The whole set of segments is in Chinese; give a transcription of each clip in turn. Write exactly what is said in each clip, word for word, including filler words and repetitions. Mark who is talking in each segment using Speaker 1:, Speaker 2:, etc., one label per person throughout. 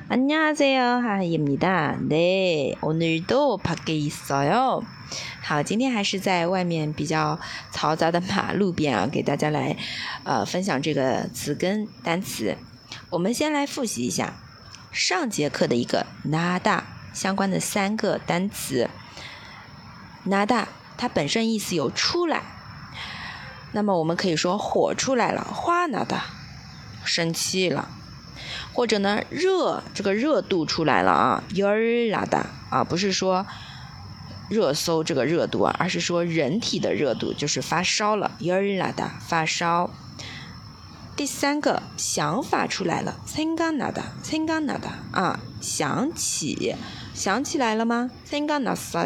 Speaker 1: 안녕하세요, 하하입니다. 네, 오늘도 밖에 있어요.好，今天还是在外面比较嘈杂的马路边啊，给大家来呃分享这个词根单词。我们先来复习一下上节课的一个 nada 相关的三个单词。nada 它本身意思有出来，那么我们可以说火出来了，花 nada 生气了。或者呢，热这个热度出来了啊 ，열 nada 啊，不是说热搜这个热度啊，而是说人体的热度，就是发烧了 열 nada 发烧。第三个想法出来了 생각 nada 생각 nada 啊，想起想起来了吗 생각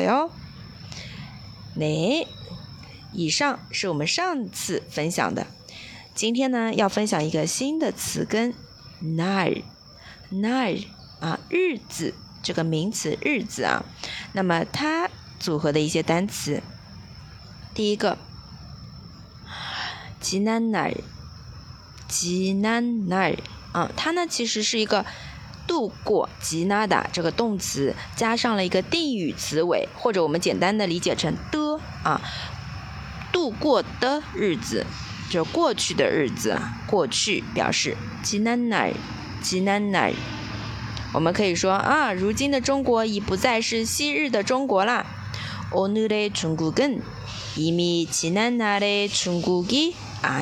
Speaker 1: 났어요。네，以上是我们上次分享的，今天呢要分享一个新的词根。날 날啊，日子这个名词日子啊，那么它组合的一些单词，第一个지난 날 지난 날啊，它呢其实是一个度过지나다这个动词加上了一个定语词尾，或者我们简单的理解成的啊，度过的日子。就过去的日子啊，过去表示지난 날 지난 날。我们可以说啊，如今的中国已不再是昔日的中国啦。오늘의 중국은 이미 지난 날의 중국이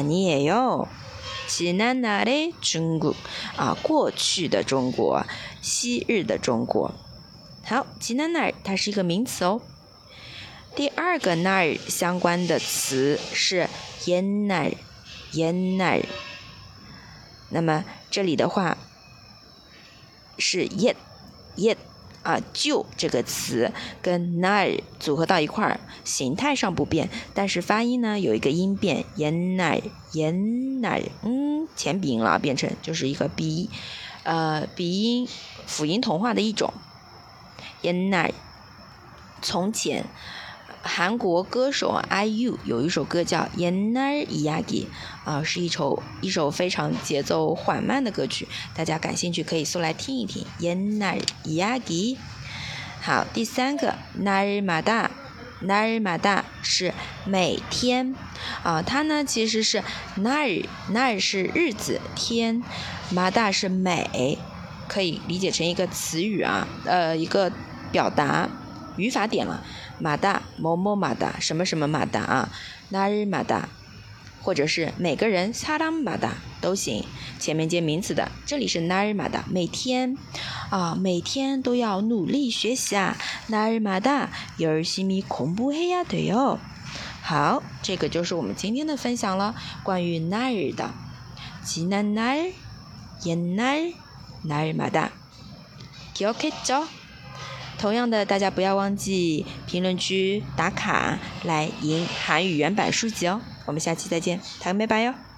Speaker 1: 아니에요。지난 날의 중국啊，过去的中国，昔日的中国。好，지난 날它是一个名词哦。第二个날相关的词是옛날 옛날，那么这里的话是옛 옛啊，旧这个词跟날组合到一块儿，形态上不变，但是发音呢有一个音变，옛날 옛날，嗯，前鼻音了，变成就是一个鼻呃鼻音辅音同化的一种。옛날从前。韩国歌手 I U 有一首歌叫옛날 이야기啊，是一首一首非常节奏缓慢的歌曲，大家感兴趣可以搜来听一听。옛날 이야기。好，第三个날마다 날마다是每天啊，它呢其实是날 날是日子天，마다是每，可以理解成一个词语啊，呃，一个表达语法点了。马达某某马达什么什么马达啊，那日马达，或者是每个人사람马达都行，前面接名词的，这里是那日马达，每天啊，每天都要努力学习啊，那日马达열심히 공부해야 돼요。好，这个就是我们今天的分享了，关于那日的지난 날 옛날 날마다 기억했죠？同样的，大家不要忘记评论区打卡来赢韩语原版书籍哦。我们下期再见，다음에 봐요。